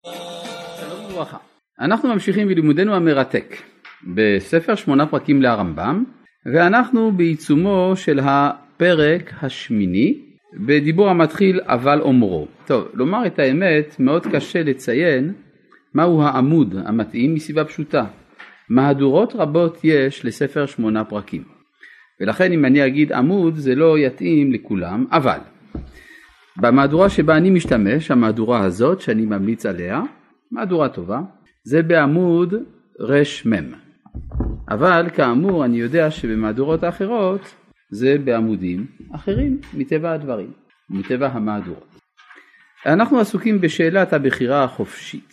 שלום וברכה. אנחנו ממשיכים בלימודנו המרתק בספר 8 פרקים להרמב"ם, ואנחנו בעיצומו של הפרק השמיני בדיבור המתחיל אבל אומרו. טוב, לומר את האמת, מאוד קשה לציין מהו העמוד המתאים מסיבה פשוטה. מהדורות רבות יש לספר 8 פרקים, ולכן אם אני אגיד עמוד זה לא יתאים לכולם, אבל במהדורה שבה אני משתמש, המהדורה הזאת שאני ממליץ עליה, מהדורה טובה, זה בעמוד רמ. אבל כאמור אני יודע שבמהדורות האחרות זה בעמודים אחרים מטבע הדברים, מטבע המהדורות. אנחנו עסוקים בשאלת הבחירה החופשית.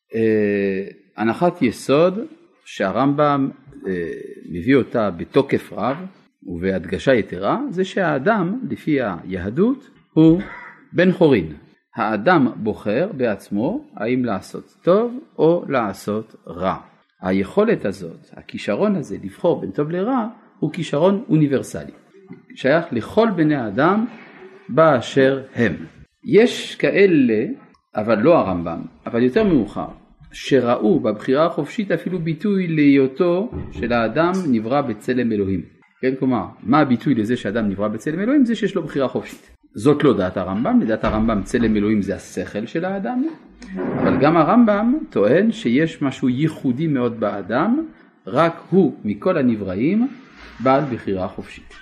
הנחת יסוד שהרמב"ם מביא אותה בתוקף רב ובהדגשה יתרה, זה שהאדם לפי היהדות הוא בן חורין. האדם בוחר בעצמו האם לעשות טוב או לעשות רע. היכולת הזאת, הכישרון הזה לבחור בין טוב לרע, הוא כישרון אוניברסלי. שייך לכל בני האדם באשר הם. יש כאלה, אבל לא הרמב"ם, אבל יותר מאוחר, שראו בבחירה החופשית אפילו ביטוי להיותו של האדם נברא בצלם אלוהים. כן, כלומר, מה הביטוי לזה שאדם נברא בצלם אלוהים? זה שיש לו בחירה חופשית. זאת לא דעת הרמב"ם, לדעת הרמב"ם צלם אלוהים זה השכל של האדם, אבל גם הרמב"ם טוען שיש משהו ייחודי מאוד באדם, רק הוא מכל הנבראים בעל בחירה חופשית.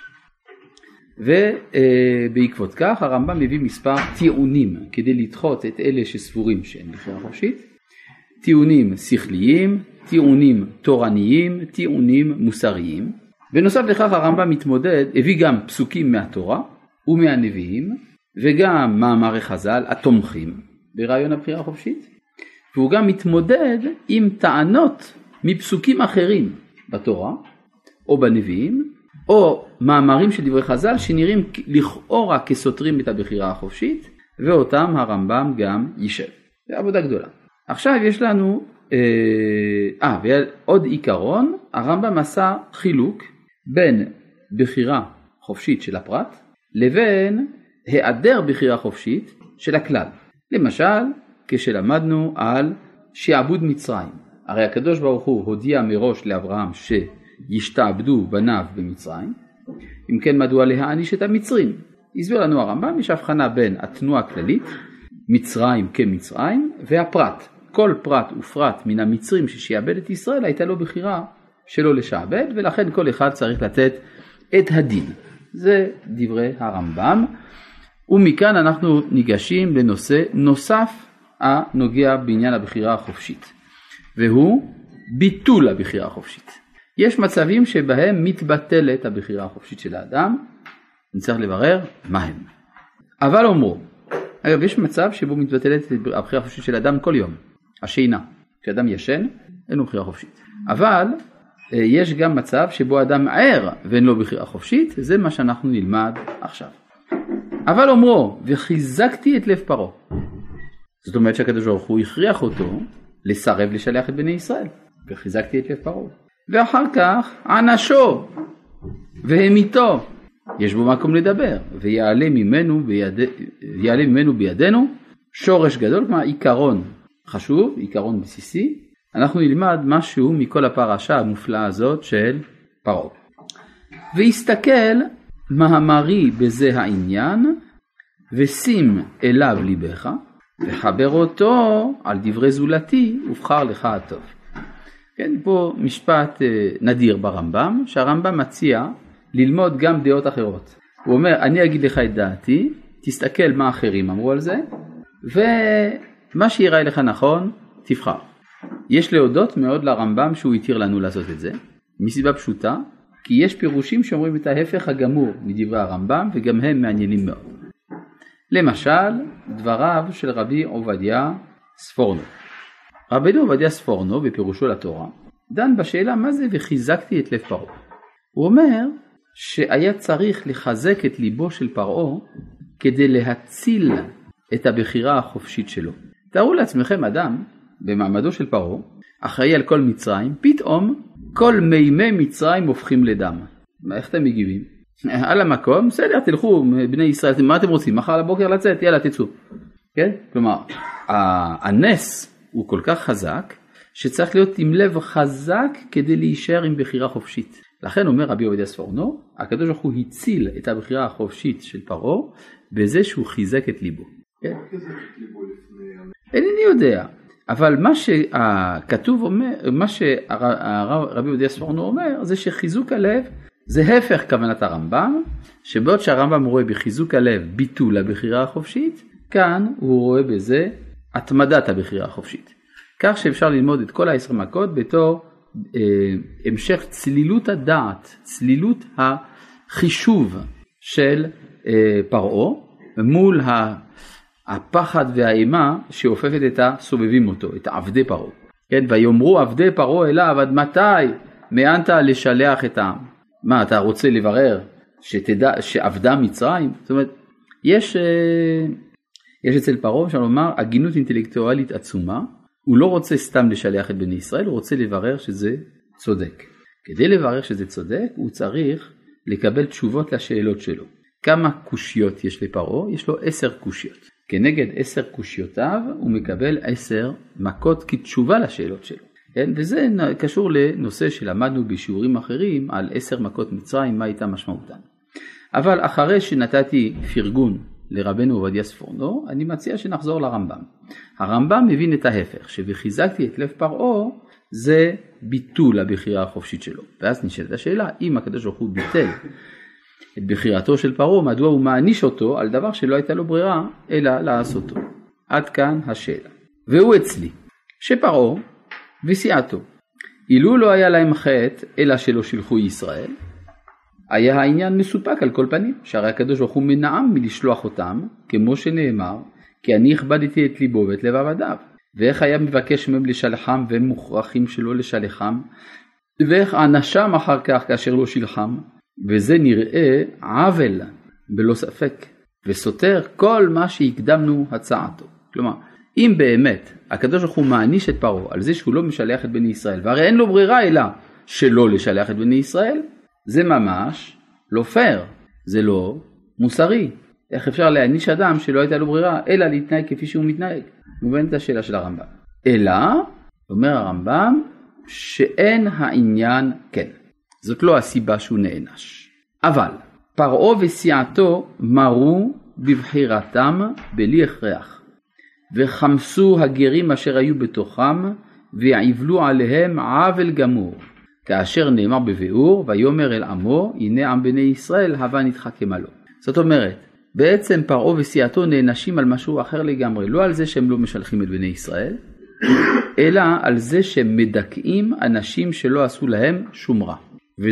ובעקבות כך הרמב"ם מביא מספר טיעונים כדי לדחות את אלה שסבורים שאין בחירה חופשית, טיעונים שכליים, טיעונים תורניים, טיעונים מוסריים. בנוסף לכך הרמב"ם מתמודד, הביא גם פסוקים מהתורה ומהנביאים, וגם מאמרי חז"ל התומכים ברעיון הבחירה החופשית, והוא גם מתמודד עם טענות מפסוקים אחרים בתורה או בנביאים, או מאמרים של דברי חז"ל שנראים לכאורה כסותרים את הבחירה החופשית, ואותם הרמב"ם גם יישב. זה עבודה גדולה. עכשיו יש לנו עוד עיקרון, הרמב"ם עשה חילוק בין בחירה חופשית של הפרט לבין היעדר בחירה חופשית של הכלל. למשל, כשלמדנו על שעבוד מצרים. הרי הקדוש ברוך הוא הודיע מראש לאברהם שישתעבדו בניו במצרים. אם כן, מדוע להעניש את המצרים? הסביר לנו הרמב"ם, יש הבחנה בין התנועה הכללית, מצרים כמצרים, והפרט. כל פרט ופרט מן המצרים ששיעבד את ישראל הייתה לו בחירה שלא לשעבד, ולכן כל אחד צריך לתת את הדין. זה דברי הרמב"ם, ומכאן אנחנו ניגשים לנושא נוסף הנוגע בעניין הבחירה החופשית, והוא ביטול הבחירה החופשית. יש מצבים שבהם מתבטלת הבחירה החופשית של האדם, נצטרך לברר מה הם. אבל אומרו, אגב, יש מצב שבו מתבטלת הבחירה החופשית של האדם כל יום, השינה. כשאדם ישן, אין לו בחירה חופשית. אבל יש גם מצב שבו אדם ער ואין לו בחירה חופשית, זה מה שאנחנו נלמד עכשיו. אבל אומרו, וחיזקתי את לב פרעה. זאת אומרת שהקדוש ברוך הוא הכריח אותו לסרב לשלח את בני ישראל, וחיזקתי את לב פרעה. ואחר כך ענשו והמיתו, יש בו מקום לדבר, ויעלה ממנו בידינו שורש גדול, כלומר עיקרון חשוב, עיקרון בסיסי. אנחנו נלמד משהו מכל הפרשה המופלאה הזאת של פרעה. והסתכל מאמרי בזה העניין, ושים אליו ליבך, וחבר אותו על דברי זולתי, ובחר לך הטוב. כן, פה משפט נדיר ברמב"ם, שהרמב"ם מציע ללמוד גם דעות אחרות. הוא אומר, אני אגיד לך את דעתי, תסתכל מה אחרים אמרו על זה, ומה שיראה לך נכון, תבחר. יש להודות מאוד לרמב"ם שהוא התיר לנו לעשות את זה, מסיבה פשוטה, כי יש פירושים שאומרים את ההפך הגמור מדברי הרמב"ם, וגם הם מעניינים מאוד. למשל, דבריו של רבי עובדיה ספורנו. רבי עובדיה ספורנו, בפירושו לתורה, דן בשאלה מה זה וחיזקתי את לב פרעה. הוא אומר שהיה צריך לחזק את ליבו של פרעה, כדי להציל את הבחירה החופשית שלו. תארו לעצמכם אדם, במעמדו של פרעה, אחראי על כל מצרים, פתאום כל מימי מצרים הופכים לדם. איך אתם מגיבים? על המקום, בסדר, תלכו בני ישראל, מה אתם רוצים? מחר לבוקר לצאת, יאללה תצאו. כן? כלומר, הנס הוא כל כך חזק, שצריך להיות עם לב חזק כדי להישאר עם בחירה חופשית. לכן אומר רבי עובדיה ספורנו, הקדוש ברוך הוא הציל את הבחירה החופשית של פרעה, בזה שהוא חיזק את ליבו. אינני יודע, אבל מה שכתוב אומר, מה שרבי עובדיה ספורנו אומר, זה שחיזוק הלב, זה הפך כוונת הרמב"ם, שבעוד שהרמב"ם רואה בחיזוק הלב ביטול הבחירה החופשית, כאן הוא רואה בזה התמדת הבחירה החופשית. כך שאפשר ללמוד את כל 10 מכות בתור המשך צלילות הדעת, צלילות החישוב של פרעה, מול הפחד והאימה שהופפת את הסובבים אותו, את עבדי פרעה. כן, ויאמרו עבדי פרעה אליו, עד מתי מאנת לשלח את העם? מה, אתה רוצה לברר שעבדה מצרים? זאת אומרת, יש אצל פרעה, אפשר לומר, הגינות אינטלקטואלית עצומה. הוא לא רוצה סתם לשלח את בני ישראל, הוא רוצה לברר שזה צודק. כדי לברר שזה צודק, הוא צריך לקבל תשובות לשאלות שלו. כמה קושיות יש לפרעה? יש לו 10 קושיות. כנגד 10 קושיותיו, הוא מקבל 10 מכות כתשובה לשאלות שלו. כן? וזה קשור לנושא שלמדנו בשיעורים אחרים, על 10 מכות מצרים, מה הייתה משמעותן. אבל אחרי שנתתי פרגון לרבנו עובדיה ספורנו, אני מציע שנחזור לרמב"ם. הרמב"ם מבין את ההפך, שבחיזקתי את לב פרעה, זה ביטול הבחירה החופשית שלו. ואז נשאלת השאלה, אם הקדוש ברוך הוא ביטל את בחירתו של פרעה, מדוע הוא מעניש אותו על דבר שלא הייתה לו ברירה, אלא לעשותו. עד כאן השאלה. והוא אצלי, שפרעה וסיעתו, אילו לא היה להם חטא, אלא שלא שילחו ישראל, היה העניין מסופק על כל פנים, שהרי הקדוש ברוך הוא מנעם מלשלוח אותם, כמו שנאמר, כי אני הכבדתי את ליבו ואת לב עבדיו. ואיך היה מבקש מהם לשלחם, והם מוכרחים שלא לשלחם, ואיך ענשם אחר כך כאשר לא שילחם, וזה נראה עוול בלא ספק, וסותר כל מה שהקדמנו הצעתו. כלומר, אם באמת הקדוש ברוך הוא מעניש את פרעה על זה שהוא לא משלח את בני ישראל, והרי אין לו ברירה אלא שלא לשלח את בני ישראל, זה ממש לא פייר, זה לא מוסרי. איך אפשר להעניש אדם שלא הייתה לו ברירה, אלא להתנהג כפי שהוא מתנהג? מובנת השאלה של הרמב"ם. אלא, אומר הרמב"ם, שאין העניין כן. זאת לא הסיבה שהוא נענש. אבל, פרעה וסיעתו מרו בבחירתם בלי הכרח, וחמסו הגרים אשר היו בתוכם, ועיבלו עליהם עוול גמור. כאשר נאמר בביאור, ויאמר אל עמו, הנה עם בני ישראל, הבה נתחכם עליו. זאת אומרת, בעצם פרעה וסיעתו נענשים על משהו אחר לגמרי, לא על זה שהם לא משלחים את בני ישראל, אלא על זה שהם מדכאים אנשים שלא עשו להם שום רע.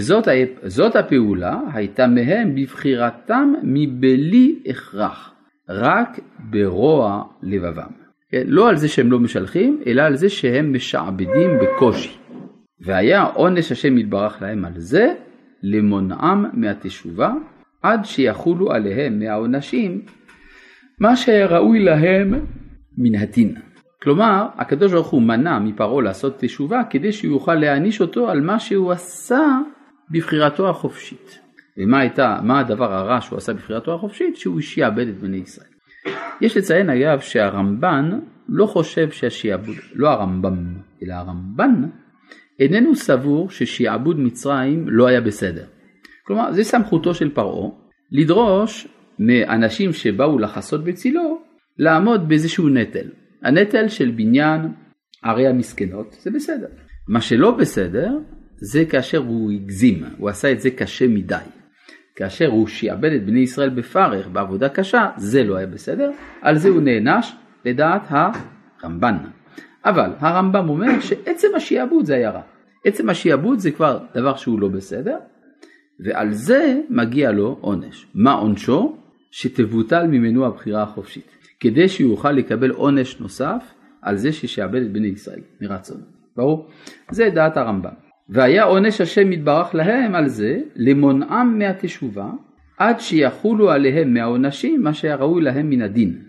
וזאת הפעולה הייתה מהם בבחירתם מבלי הכרח, רק ברוע לבבם. לא על זה שהם לא משלחים, אלא על זה שהם משעבדים בקושי. והיה עונש השם יתברך להם על זה, למונעם מהתשובה, עד שיחולו עליהם מהעונשים, מה שראוי להם מן הדין. כלומר, הקדוש ברוך הוא מנע מפרעה לעשות תשובה, כדי שהוא יוכל להעניש אותו על מה שהוא עשה בבחירתו החופשית. ומה הדבר הרע שהוא עשה בבחירתו החופשית? שהוא שיעבד את בני ישראל. יש לציין אגב שהרמב"ן לא חושב שהשיעבוד, לא הרמב"ם, אלא הרמב"ן, איננו סבור ששיעבוד מצרים לא היה בסדר. כלומר, זה סמכותו של פרעה לדרוש מאנשים שבאו לחסות בצילו לעמוד באיזשהו נטל. הנטל של בניין ערי המסכנות זה בסדר. מה שלא בסדר זה כאשר הוא הגזים, הוא עשה את זה קשה מדי. כאשר הוא שיעבד את בני ישראל בפרך בעבודה קשה, זה לא היה בסדר. על זה הוא נענש לדעת הרמב"ן. אבל הרמב"ם אומר שעצם השיעבוד זה היה רע. עצם השיעבוד זה כבר דבר שהוא לא בסדר, ועל זה מגיע לו עונש. מה עונשו? שתבוטל ממנו הבחירה החופשית, כדי שהוא יוכל לקבל עונש נוסף על זה ששיעבד את בני ישראל מרצון. ברור? זה דעת הרמב"ם. והיה עונש השם יתברך להם על זה, למונעם מהתשובה, עד שיחולו עליהם מהעונשים מה שראוי להם מן הדין.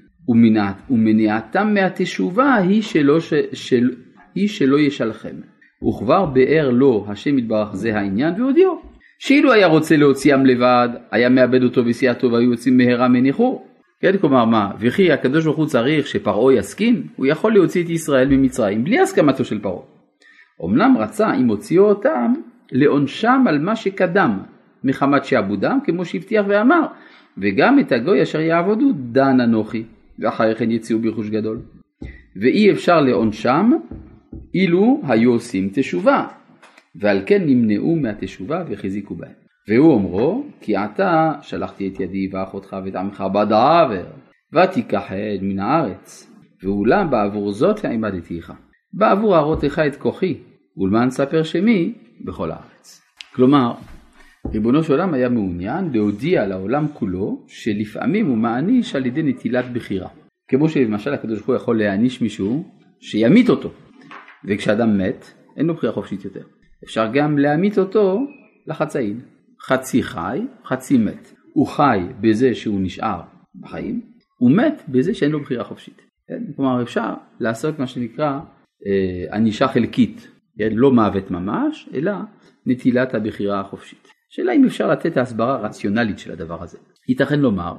ומניעתם מהתשובה היא שלא ישלחם. וכבר באר לו השם יתברך זה העניין והודיעו. שאילו היה רוצה להוציאם לבד, היה מאבד אותו וסיעתו והיו יוצאים מהרה מניחו. כן, כלומר מה, וכי הקדוש ברוך הוא צריך שפרעה יסכים, הוא יכול להוציא את ישראל ממצרים בלי הסכמתו של פרעה. אמנם רצה אם הוציאו אותם לעונשם על מה שקדם מחמת שעבודם, כמו שהבטיח ואמר, וגם את הגוי אשר יעבדו דן אנוכי, ואחרי כן יציאו ברכוש גדול. ואי אפשר לעונשם אילו היו עושים תשובה, ועל כן נמנעו מהתשובה וחזיקו בהם. והוא אומרו, כי עתה שלחתי את ידי ואחותך ואת עמך בדעבר, ותיקח עד מן הארץ, ואולם בעבור זאת העמדתיך, בעבור הראותך את כוחי, ולמען ספר שמי בכל הארץ. כלומר, ריבונו של עולם היה מעוניין להודיע לעולם כולו, שלפעמים הוא מעניש על ידי נטילת בחירה. כמו שלמשל הקדוש ברוך הוא יכול להעניש מישהו שימית אותו, וכשאדם מת אין לו בחירה חופשית יותר. אפשר גם להמית אותו לחצאין, חצי חי, חצי מת. הוא חי בזה שהוא נשאר בחיים, הוא מת בזה שאין לו בחירה חופשית. כלומר אפשר לעשות מה שנקרא ענישה חלקית, לא מוות ממש, אלא נטילת הבחירה החופשית. שאלה אם אפשר לתת הסברה רציונלית של הדבר הזה. ייתכן לומר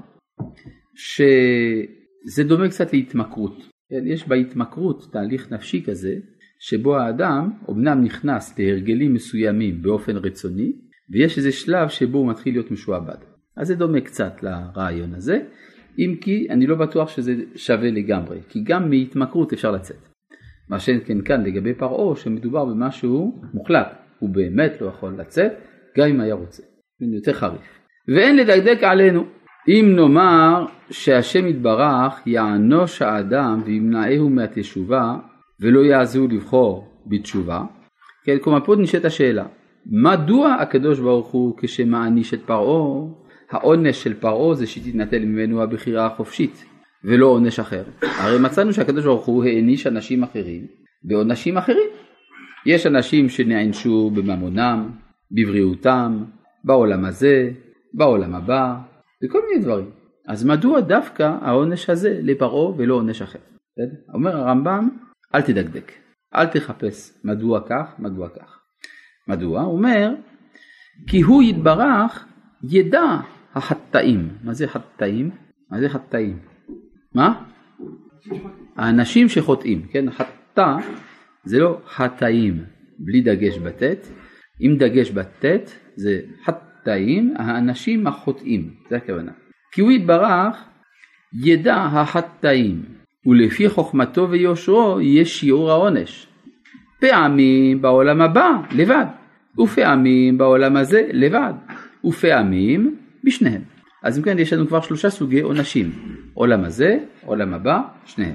שזה דומה קצת להתמכרות. יש בהתמכרות תהליך נפשי כזה, שבו האדם אומנם נכנס להרגלים מסוימים באופן רצוני, ויש איזה שלב שבו הוא מתחיל להיות משועבד. אז זה דומה קצת לרעיון הזה, אם כי אני לא בטוח שזה שווה לגמרי, כי גם מהתמכרות אפשר לצאת. מה שכן כאן לגבי פרעה, שמדובר במשהו מוחלט, הוא באמת לא יכול לצאת, גם אם היה רוצה. זה יותר חריף. ואין לדקדק עלינו, אם נאמר שהשם יתברך יענוש האדם וימנעהו מהתשובה, ולא יעזו לבחור בתשובה. כן, כלומר פה נשאלת השאלה, מדוע הקדוש ברוך הוא כשמעניש את פרעה, העונש של פרעה זה שתתנטל ממנו הבחירה החופשית, ולא עונש אחר. הרי מצאנו שהקדוש ברוך הוא העניש אנשים אחרים בעונשים אחרים. יש אנשים שנענשו בממונם, בבריאותם, בעולם הזה, בעולם הבא, וכל מיני דברים. אז מדוע דווקא העונש הזה לפרעה ולא עונש אחר? אומר הרמב"ם, אל תדקדק, אל תחפש מדוע כך, מדוע כך. מדוע? הוא אומר, כי הוא יתברך ידע החטאים. מה זה חטאים? מה זה חטאים? מה? האנשים שחוטאים, כן? חטא זה לא חטאים, בלי דגש בתת. אם דגש בתת זה חטאים, האנשים החוטאים, זה הכוונה. כי הוא יתברך ידע החטאים, ולפי חוכמתו ויושרו יש שיעור העונש. פעמים בעולם הבא לבד, ופעמים בעולם הזה לבד, ופעמים בשניהם. אז אם כן יש לנו כבר 3 סוגי עונשים, עולם הזה, עולם הבא, שניהם.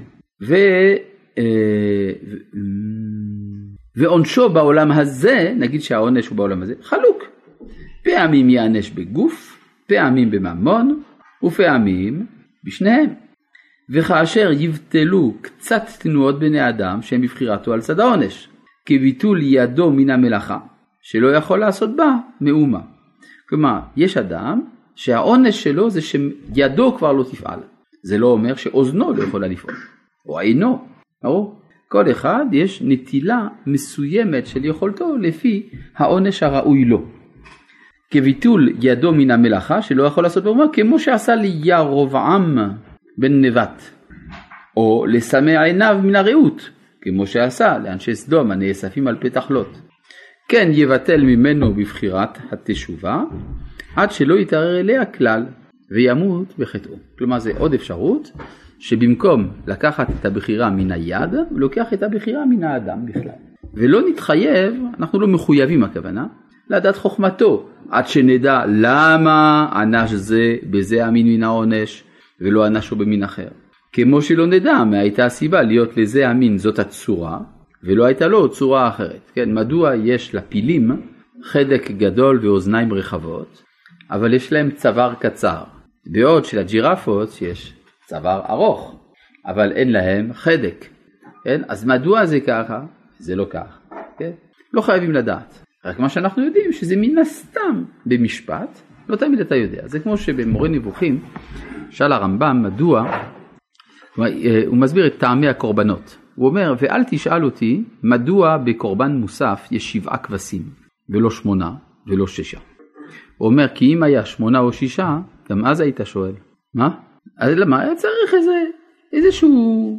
ועונשו בעולם הזה, נגיד שהעונש הוא בעולם הזה, חלוק. פעמים יענש בגוף, פעמים בממון, ופעמים בשניהם. וכאשר יבטלו קצת תנועות בני אדם שהם בבחירתו על צד העונש, כביטול ידו מן המלאכה, שלא יכול לעשות בה מאומה. כלומר, יש אדם שהעונש שלו זה שידו כבר לא תפעל. זה לא אומר שאוזנו לא יכולה לפעול, או עינו. כל אחד יש נטילה מסוימת של יכולתו לפי העונש הראוי לו. כביטול ידו מן המלאכה שלא יכול לעשות באומה, כמו שעשה לירבעם בן נבט, או לסמא עיניו מן הרעות, כמו שעשה לאנשי סדום הנאספים על פתח לוט. כן יבטל ממנו בבחירת התשובה, עד שלא יתערער אליה כלל, וימות בחטאו. כלומר זה עוד אפשרות, שבמקום לקחת את הבחירה מן היד, הוא לוקח את הבחירה מן האדם בכלל. ולא נתחייב, אנחנו לא מחויבים הכוונה, לדעת חוכמתו, עד שנדע למה ענש זה בזה המין מן העונש, ולא ענשו במין אחר. כמו שלא נדע מה הייתה הסיבה להיות לזה המין זאת הצורה, ולא הייתה לו צורה אחרת. כן, מדוע יש לפילים חדק גדול ואוזניים רחבות, אבל יש להם צוואר קצר, בעוד שלג'ירפות יש צוואר ארוך, אבל אין להם חדק. כן? אז מדוע זה ככה? זה לא כך. כן? לא חייבים לדעת. רק מה שאנחנו יודעים שזה מן הסתם במשפט, לא תמיד אתה יודע. זה כמו שבמורה נבוכים, שאל הרמב"ם מדוע, הוא מסביר את טעמי הקורבנות. הוא אומר, ואל תשאל אותי מדוע בקורבן מוסף יש 7 כבשים, ולא 8 ולא 6. הוא אומר, כי אם היה 8 או 6, גם אז היית שואל. מה? אז למה? היה צריך איזשהו,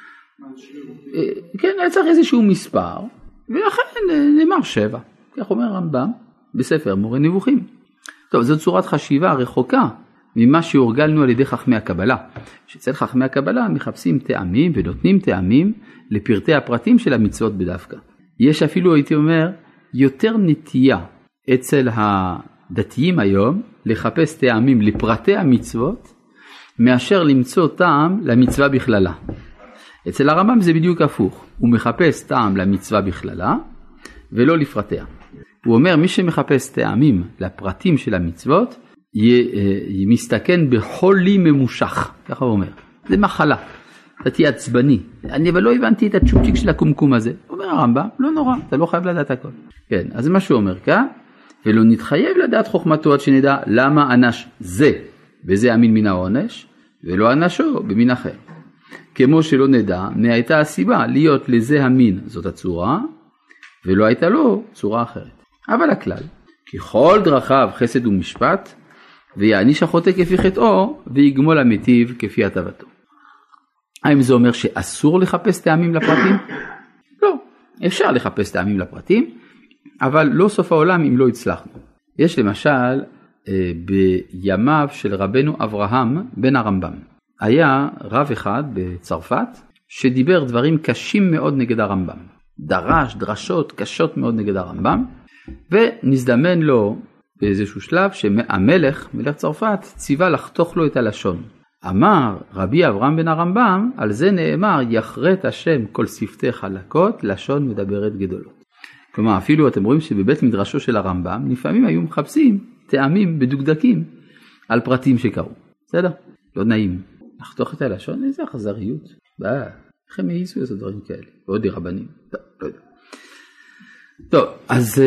כן, היה צריך איזשהו מספר, ולכן נאמר 7. כך אומר רמב"ם בספר מורה נבוכים. טוב, זו צורת חשיבה רחוקה ממה שהורגלנו על ידי חכמי הקבלה. שאצל חכמי הקבלה מחפשים טעמים ונותנים טעמים לפרטי הפרטים של המצוות בדווקא. יש אפילו, הייתי אומר, יותר נטייה אצל הדתיים היום לחפש טעמים לפרטי המצוות, מאשר למצוא טעם למצווה בכללה. אצל הרמב"ם זה בדיוק הפוך. הוא מחפש טעם למצווה בכללה, ולא לפרטיה. הוא אומר, מי שמחפש טעמים לפרטים של המצוות, מסתכן בחולי ממושך. ככה הוא אומר. זה מחלה. אתה תהיה עצבני. אני אבל לא הבנתי את הצ'ופצ'יק של הקומקום הזה. אומר הרמב"ם, לא נורא, אתה לא חייב לדעת הכל. כן, אז מה שהוא אומר כאן, ולא נתחייב לדעת חוכמתו עד שנדע למה אנש זה, וזה המין מן העונש, ולא אנשו במין אחר. כמו שלא נדע, מה הייתה הסיבה להיות לזה המין, זאת הצורה, ולא הייתה לו צורה אחרת. אבל הכלל, ככל דרכיו חסד ומשפט, ויעניש החוטא כפי חטאו, ויגמול המטיב כפי הטבתו. האם זה אומר שאסור לחפש טעמים לפרטים? לא, אפשר לחפש טעמים לפרטים, אבל לא סוף העולם אם לא הצלחנו. יש למשל, בימיו של רבנו אברהם בן הרמב"ם, היה רב אחד בצרפת, שדיבר דברים קשים מאוד נגד הרמב"ם. דרש דרשות קשות מאוד נגד הרמב"ם, ונזדמן לו באיזשהו שלב שהמלך, מלך צרפת, ציווה לחתוך לו את הלשון. אמר רבי אברהם בן הרמב"ם, על זה נאמר, יחרט השם כל שפתי חלקות, לשון מדברת גדולות. כלומר, אפילו אתם רואים שבבית מדרשו של הרמב"ם, לפעמים היו מחפשים טעמים בדוקדקים על פרטים שקרו. בסדר? לא נעים. לחתוך את הלשון, איזה אכזריות. איך הם העיזו איזה דברים כאלה? ועוד רבנים. לא יודע. טוב, אז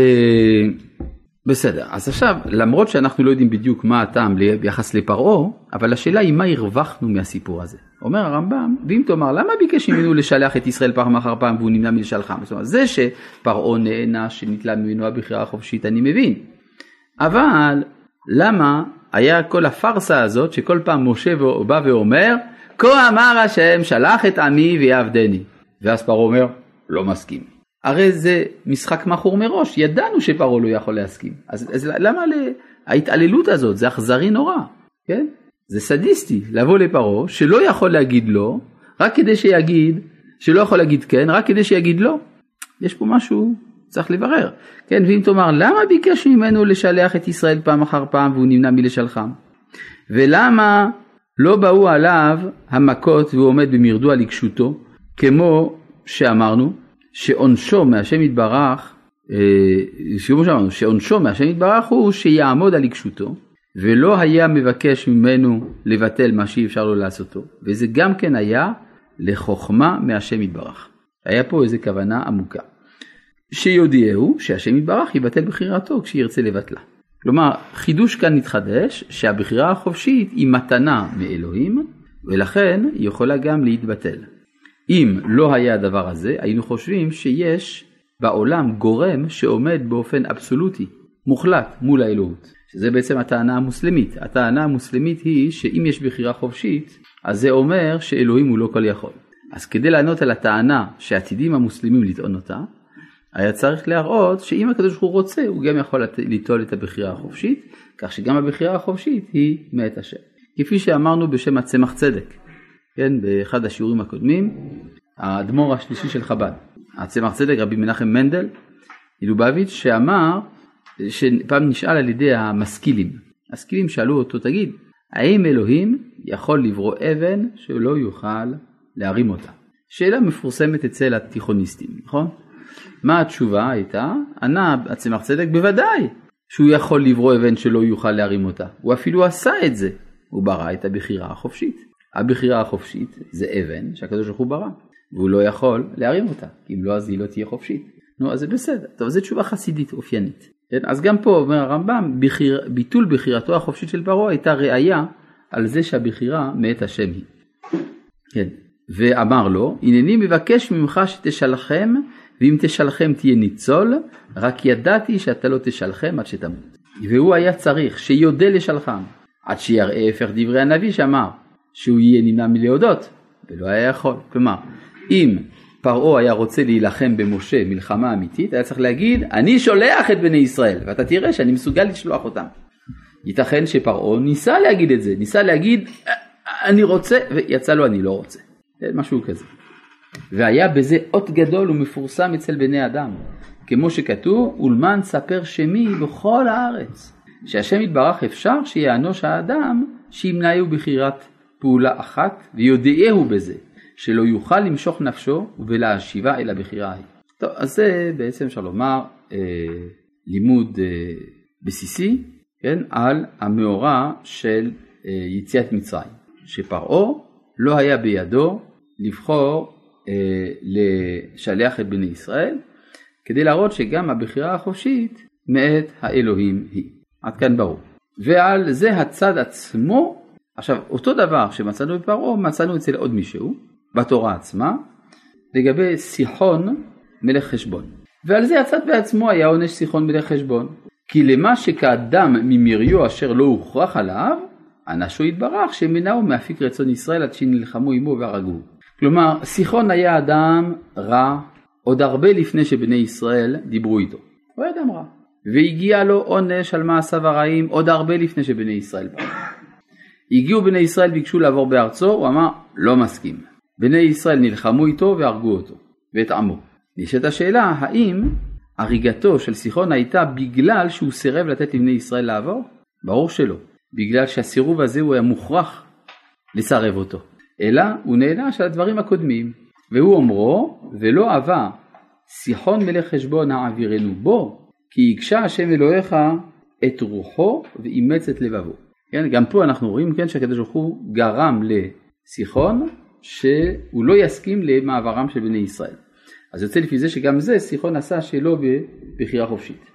בסדר. אז עכשיו, למרות שאנחנו לא יודעים בדיוק מה הטעם ביחס לפרעה, אבל השאלה היא מה הרווחנו מהסיפור הזה. אומר הרמב"ם, ואם תאמר, למה ביקש ממנו לשלח את ישראל פעם אחר פעם והוא נמנע מלשלחם? זאת אומרת, זה שפרעה נהנה שנתלה ממנו הבחירה החופשית, אני מבין. אבל למה היה כל הפרסה הזאת שכל פעם משה בא ואומר, כה אמר השם שלח את עמי ויעבדני. ואז פרעה אומר, לא מסכים. הרי זה משחק מחור מראש, ידענו שפרעה לא יכול להסכים. אז למה ההתעללות הזאת? זה אכזרי נורא, כן? זה סדיסטי, לבוא לפרעה שלא יכול להגיד לא, רק כדי שיגיד, שלא יכול להגיד כן, רק כדי שיגיד לא. יש פה משהו, צריך לברר. כן, ואם תאמר, למה ביקש ממנו לשלח את ישראל פעם אחר פעם והוא נמנע מלשלחם? ולמה לא באו עליו המכות והוא עומד במרדוע לקשותו, כמו שאמרנו, שעונשו מהשם יתברך, הוא שיעמוד על לקשותו, ולא היה מבקש ממנו לבטל מה שאי אפשר לו לעשותו, וזה גם כן היה לחוכמה מהשם יתברך. היה פה איזו כוונה עמוקה. שיודיעהו שהשם יתברך יבטל בחירתו כשירצה לבטלה. כלומר, חידוש כאן נתחדש שהבחירה החופשית היא מתנה מאלוהים, ולכן היא יכולה גם להתבטל. אם לא היה הדבר הזה, היינו חושבים שיש בעולם גורם שעומד באופן אבסולוטי, מוחלט מול האלוהות. שזה בעצם הטענה המוסלמית. הטענה המוסלמית היא שאם יש בחירה חופשית, אז זה אומר שאלוהים הוא לא כל יכול. אז כדי לענות על הטענה שעתידים המוסלמים לטעון אותה, היה צריך להראות שאם הקדוש ברוך הוא רוצה, הוא גם יכול ליטול את הבחירה החופשית, כך שגם הבחירה החופשית היא מאת השם. כפי שאמרנו בשם הצמח צדק, כן, באחד השיעורים הקודמים, האדמו"ר השלישי של חב"ד, הצמח צדק רבי מנחם מנדל מלובביץ', שאמר, שפעם נשאל על ידי המשכילים, המשכילים שאלו אותו, תגיד, האם אלוהים יכול לברוא אבן שלא יוכל להרים אותה? שאלה מפורסמת אצל התיכוניסטים, נכון? מה התשובה הייתה? ענה הצמח צדק, בוודאי שהוא יכול לברוא אבן שלא יוכל להרים אותה. הוא אפילו עשה את זה. הוא ברא את הבחירה החופשית. הבחירה החופשית זה אבן שהקדוש ברוך הוא ברא, והוא לא יכול להרים אותה, כי אם לא אז היא לא תהיה חופשית. נו, אז זה בסדר. טוב, זו תשובה חסידית אופיינית. כן? אז גם פה אומר הרמב"ם, ביטול בחירתו החופשית של פרעה הייתה ראיה על זה שהבחירה מאת השם היא. כן. ואמר לו, הנני מבקש ממך שתשלחם, ואם תשלחם תהיה ניצול, רק ידעתי שאתה לא תשלחם עד שתמות. והוא היה צריך שיודה לשלחם, עד שיראה הפך דברי הנביא שאמר, שהוא יהיה נמנע מלהודות, ולא היה יכול. כלומר, אם פרעה היה רוצה להילחם במשה מלחמה אמיתית, היה צריך להגיד, אני שולח את בני ישראל, ואתה תראה שאני מסוגל לשלוח אותם. ייתכן שפרעה ניסה להגיד את זה, ניסה להגיד, אני רוצה, ויצא לו אני לא רוצה. משהו כזה. והיה בזה אות גדול ומפורסם אצל בני אדם. כמו שכתוב, ולמן ספר שמי בכל הארץ. שהשם יתברך אפשר שיענוש האדם שימנעהו בחירת פעולה אחת ויודעהו בזה. שלא יוכל למשוך נפשו ולהשיבה אל הבחירה ההיא. טוב, אז זה בעצם אפשר לומר לימוד בסיסי, כן, על המאורע של יציאת מצרים. שפרעה לא היה בידו לבחור לשלח את בני ישראל, כדי להראות שגם הבחירה החופשית מאת האלוהים היא. עד כאן ברור. ועל זה הצד עצמו, עכשיו אותו דבר שמצאנו בפרעה, מצאנו אצל עוד מישהו, בתורה עצמה, לגבי סיחון מלך חשבון. ועל זה הצד בעצמו היה עונש סיחון מלך חשבון. כי למה שכאדם ממריו אשר לא הוכרח עליו, ענשו יתברך שמנעו מאפיק רצון ישראל עד שנלחמו עמו והרגו. כלומר, סיחון היה אדם רע עוד הרבה לפני שבני ישראל דיברו איתו. הוא היה אדם רע. והגיע לו עונש על מעשיו הרעים עוד הרבה לפני שבני ישראל באו. הגיעו בני ישראל ביקשו לעבור בארצו, הוא אמר לא מסכים. בני ישראל נלחמו איתו והרגו אותו ואת עמו. נשאלת השאלה, האם הריגתו של סיחון הייתה בגלל שהוא סירב לתת לבני ישראל לעבור? ברור שלא. בגלל שהסירוב הזה הוא היה מוכרח לסרב אותו. אלא הוא נענש על הדברים הקודמים. והוא אומרו, ולא אהבה סיחון מלך חשבון העבירנו בו, כי יקשה השם אלוהיך את רוחו ואימץ את לבבו. כן, גם פה אנחנו רואים כן, שהקדוש ברוך הוא גרם לסיחון שהוא לא יסכים למעברם של בני ישראל. אז יוצא לפי זה שגם זה סיחון עשה שלא בבחירה חופשית.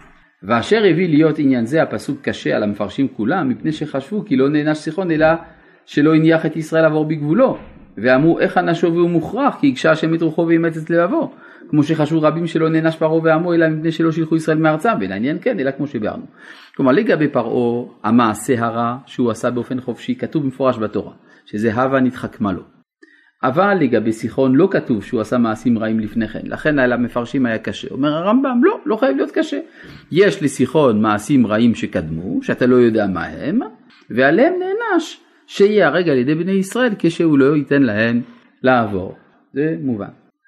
ואשר הביא להיות עניין זה הפסוק קשה על המפרשים כולם, מפני שחשבו כי לא נענש סיחון אלא שלא הניח את ישראל לעבור בגבולו. ואמרו איך ענשו והוא מוכרח כי יקשה השם את רוחו ואימץ את לבבו. כמו שחשבו רבים שלא נענש פרעה ועמו אלא מפני שלא שילחו ישראל מארצם, ולעניין כן אלא כמו שביארנו. כלומר לגבי פרעה המעשה הרע שהוא עשה באופן חופשי כתוב במפורש בתורה שזה הווה נתחכמה לו. אבל לגבי סיחון לא כתוב שהוא עשה מעשים רעים לפני כן, לכן על המפרשים היה קשה. אומר הרמב"ם לא חייב להיות קשה. יש לסיחון מעשים רעים שקדמו שאתה לא יודע מה הם, ועליהם נענש שיהיה הרגע על ידי בני ישראל כשהוא לא ייתן להם לעבור. זה מובן.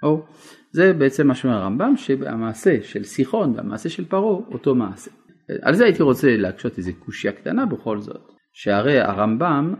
זה בעצם מה שאומר הרמב"ם, שהמעשה של סיחון והמעשה של פרעה אותו מעשה. על זה הייתי רוצה להקשות איזה קושיה קטנה בכל זאת. שהרי הרמב"ם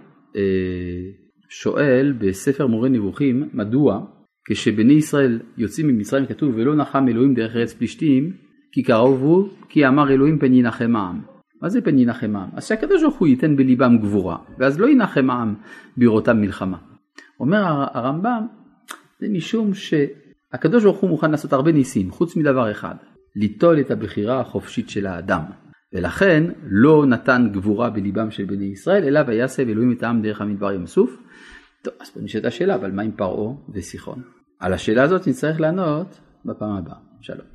שואל בספר מורה נבוכים, מדוע כשבני ישראל יוצאים ממצרים כתוב ולא נחם אלוהים דרך ארץ פלישתים, כי קרבו, כי אמר אלוהים פן ינחם העם. מה זה פן ינחם העם? אז שהקדוש ברוך הוא ייתן בליבם גבורה, ואז לא ינחם העם בראותם מלחמה. אומר הרמב"ם, זה משום שהקדוש ברוך הוא מוכן לעשות הרבה ניסים, חוץ מדבר אחד, ליטול את הבחירה החופשית של האדם. ולכן לא נתן גבורה בליבם של בני ישראל, אלא ויעשה אלוהים את העם דרך המדבר ים סוף. טוב, אז פה נשאלת השאלה, אבל מה עם פרעה וסיחון? על השאלה הזאת נצטרך לענות בפעם הבאה. שלום.